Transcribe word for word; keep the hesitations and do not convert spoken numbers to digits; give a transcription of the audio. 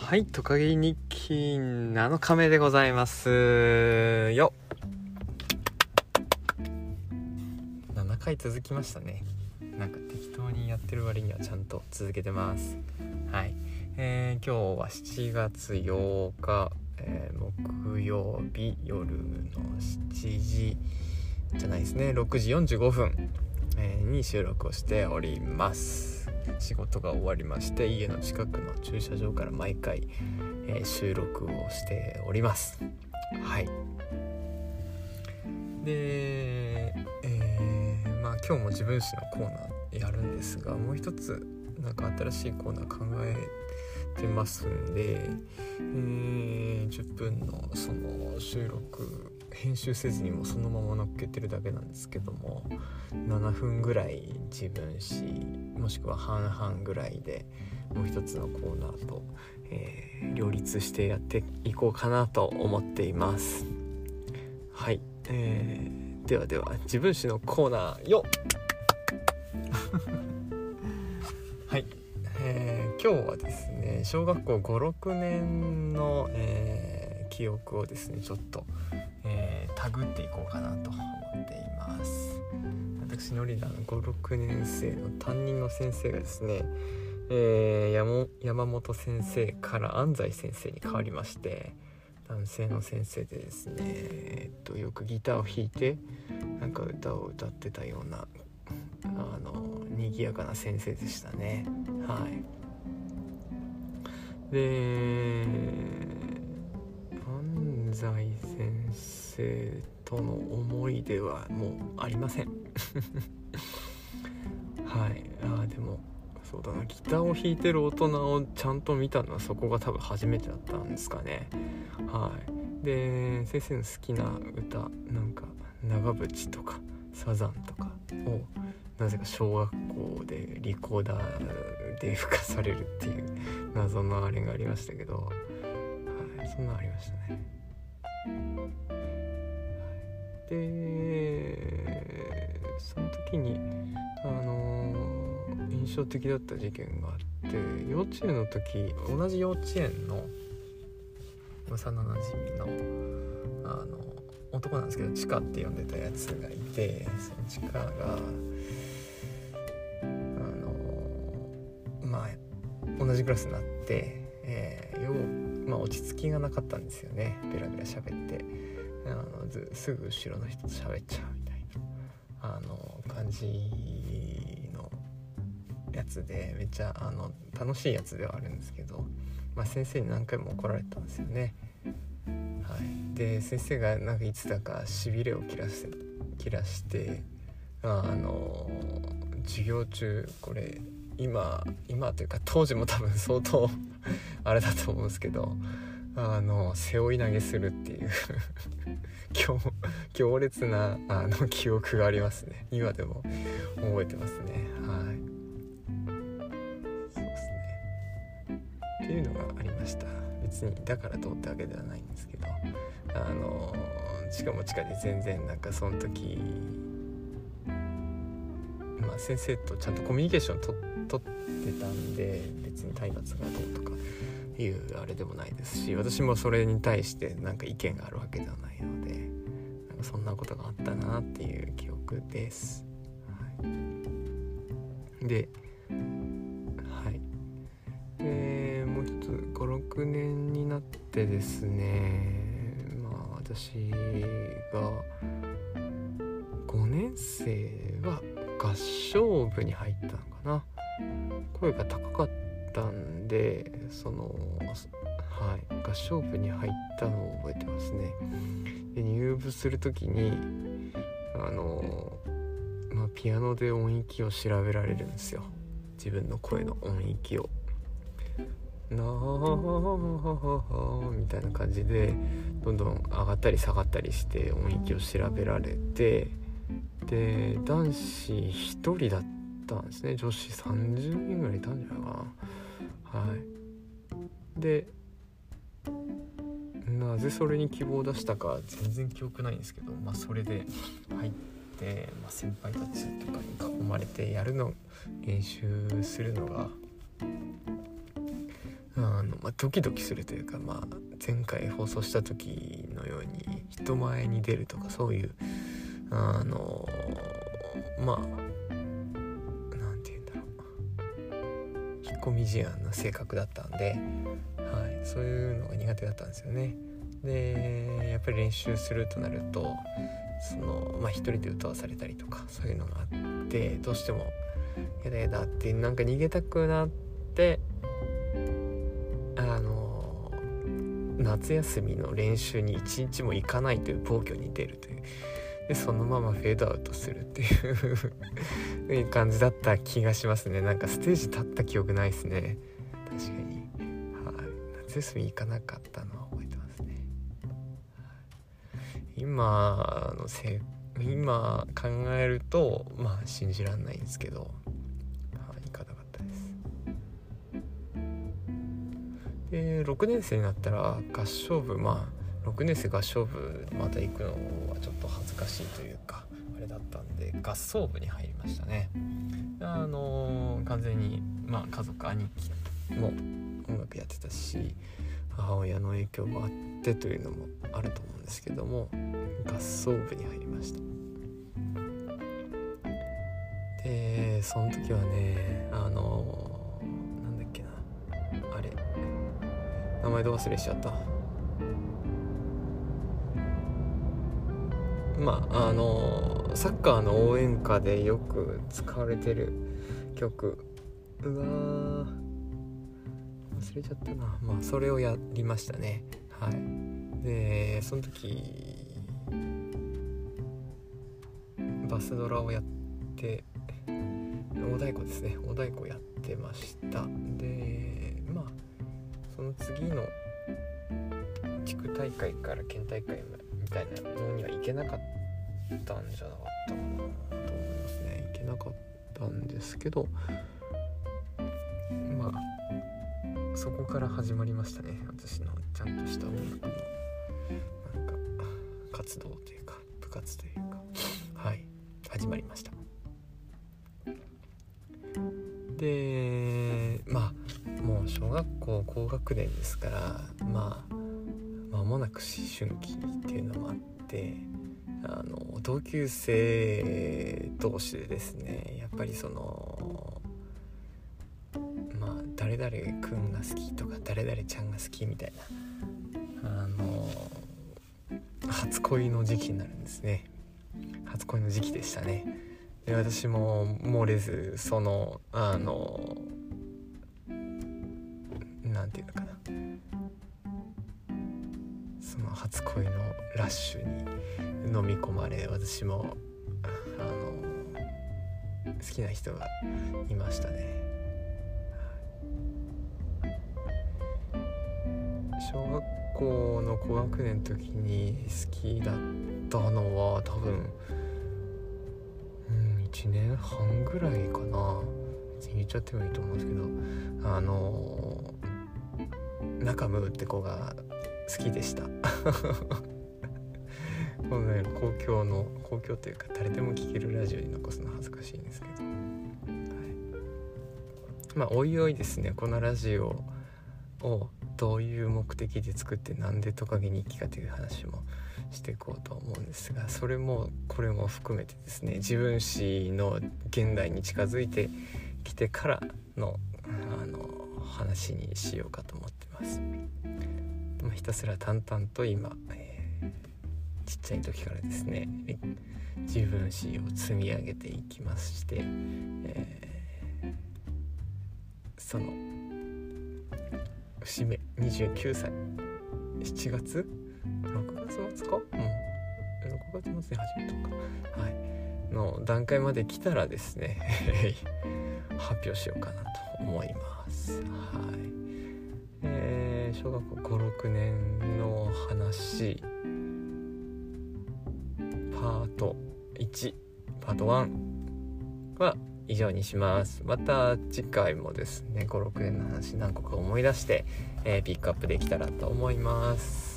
はい、トカゲ日記なのかめでございますよ。ななかい続きましたね。なんか適当にやってる割にはちゃんと続けてます。はい、えー、今日はしちがつようか、えー、木曜日夜のしちじじゃないですね、ろくじよんじゅうごふん、えー、に収録をしております。仕事が終わりまして、家の近くの駐車場から毎回、えー、収録をしております。はい。で、えー、まあ今日も自分史のコーナーやるんですが、もう一つなんか新しいコーナー考えてますんで、えー、じゅっぷんのその収録編集せずにもそのまま乗っけてるだけなんですけども、ななふんぐらい自分史もしくは半々ぐらいでもう一つのコーナーと、えー、両立してやっていこうかなと思っています。はい、えー、ではでは自分史のコーナーよはい、えー、今日はですね、小学校ごろくねんの、えー、記憶をですねちょっと、えー、タグっていこうかなと思っています。私のリーダーのごろくねん生の担任の先生がですね、えー、山, 山本先生から安西先生に変わりまして、男性の先生でですね、えー、っとよくギターを弾いてなんか歌を歌ってたようなあの賑やかな先生でしたね。はい。で、安西先生との思い出はもうありませんはい。あ、でもそうだな、ギターを弾いてる大人をちゃんと見たのはそこが多分初めてだったんですかね。はい。で、先生の好きな歌なんか長渕とかサザンとかをなぜか小学校でリコーダーで吹かされるっていう謎のあれがありましたけど、はい、そんなのありましたね。で、その時にあのー、印象的だった事件があって、幼稚園の時同じ幼稚園の幼なじみのあの男なんですけど、チカって呼んでたやつがいて、そのチカがあのまあ同じクラスになって、えー、よう、まあ、落ち着きがなかったんですよね。ベラベラ喋ってあのずすぐ後ろの人と喋っちゃうみたいなあの感じのやつで、めっちゃあの楽しいやつではあるんですけど、まあ、先生に何回も怒られたんですよね。はい、で先生がなんかいつだかしびれを切らして切らしてあの授業中、これ今今というか当時も多分相当あれだと思うんですけど、あの背負い投げするっていう強, 強烈なあの記憶がありますね。今でも覚えてますね。はい、そうですねっていうのがありました。別にだからどうってわけではないんですけど、あのしかも地下で全然なんかその時、まあ、先生とちゃんとコミュニケーションと取ってたんで、別に体罰がどうとかいうあれでもないですし、私もそれに対してなんか意見があるわけではないので、なんかそんなことがあったなっていう記憶です。はい、で、はい。で、もう一つごろくねんになってですね、まあ私がごねん生は合唱部に入ったのかな。声が高かったんで、その、はい、合唱部に入ったのを覚えてますね。で、入部するときにあの、まあ、ピアノで音域を調べられるんですよ。自分の声の音域をなーみたいな感じでどんどん上がったり下がったりして音域を調べられて、で男子ひとりだったんですね。女子さんじゅうにんぐらいいたんじゃないかな。はい。で、なぜそれに希望を出したか全然記憶ないんですけど、まあそれで入って、まあ、先輩たちとかに囲まれてやるの練習するのがあの、まあ、ドキドキするというか、まあ、前回放送した時のように人前に出るとかそういうあのまあなんて言うんだろう、引っ込み思案な性格だったんで、はい、そういうのが苦手だったんですよね。でやっぱり練習するとなるとその、まあ、一人で歌わされたりとかそういうのがあって、どうしてもやだやだってなんか逃げたくなって、あの夏休みの練習に一日も行かないという暴挙に出るという、でそのままフェードアウトするっていう感じだった気がしますね。なんかステージ立った記憶ないですね。確かに、はい、夏休み行かなかったのは覚えてますね。今のせ今考えるとまあ信じらんないんですけど、はい、行かなかったです。でろくねん生になったら合唱部、まあろくねん生合唱部また行くのはちょっと恥ずかしいというかあれだったんで、合奏部に入りましたね。あのー、完全に、まあ、家族兄貴も音楽やってたし母親の影響もあってというのもあると思うんですけども、合奏部に入りました。でその時はね、あのー、なんだっけなあれ名前ど忘れしちゃった。まああのサッカーの応援歌でよく使われてる曲、うわー忘れちゃったな。まあそれをやりましたね。はい。でその時バスドラをやって大太鼓ですね大太鼓やってました。でまあその次の地区大会から県大会みたいなのには行けなかったんじゃなかったかなと思いますね。行けなかったんですけど、まあそこから始まりましたね、私のちゃんとした音楽のなんか活動というか部活というか、はい始まりました。でまあもう小学校高学年ですから、まあ間もなく思春期っていうのもあって、あの同級生同士でですね、やっぱりそのまあ誰々くんが好きとか誰々ちゃんが好きみたいな、あの初恋の時期になるんですね。初恋の時期でしたね。で私も漏れずそのあのなんていうのかな、その初恋のラッシュに飲み込まれ、私もあの好きな人がいましたね。小学校の高学年の時に好きだったのは多分、うん、いちねんはんぐらいかな。言っちゃってもいいと思うんですけど、あの中ムーって子が好きでしたこのね公共の公共というか誰でも聴けるラジオに残すの恥ずかしいんですけど、はい、まあおいおいですね、このラジオをどういう目的で作ってなんでトカゲ日記かという話もしていこうと思うんですが、それもこれも含めてですね、自分史の現代に近づいてきてからのあの話にしようかと思ってます。まあ、ひたすら淡々と今、えー、ちっちゃい時からですね自分史を積み上げていきまして、えー、その節目にじゅうきゅうさいしちがつろくがつ末か、うん、ろくがつ末に始めたのか、はい、の段階まで来たらですね発表しようかなと思います。はい、えー、小学校ご、ろくねんの話パートいちパートいちは以上にします。また次回もですねご、ろくねんの話何個か思い出して、えー、ピックアップできたらと思います。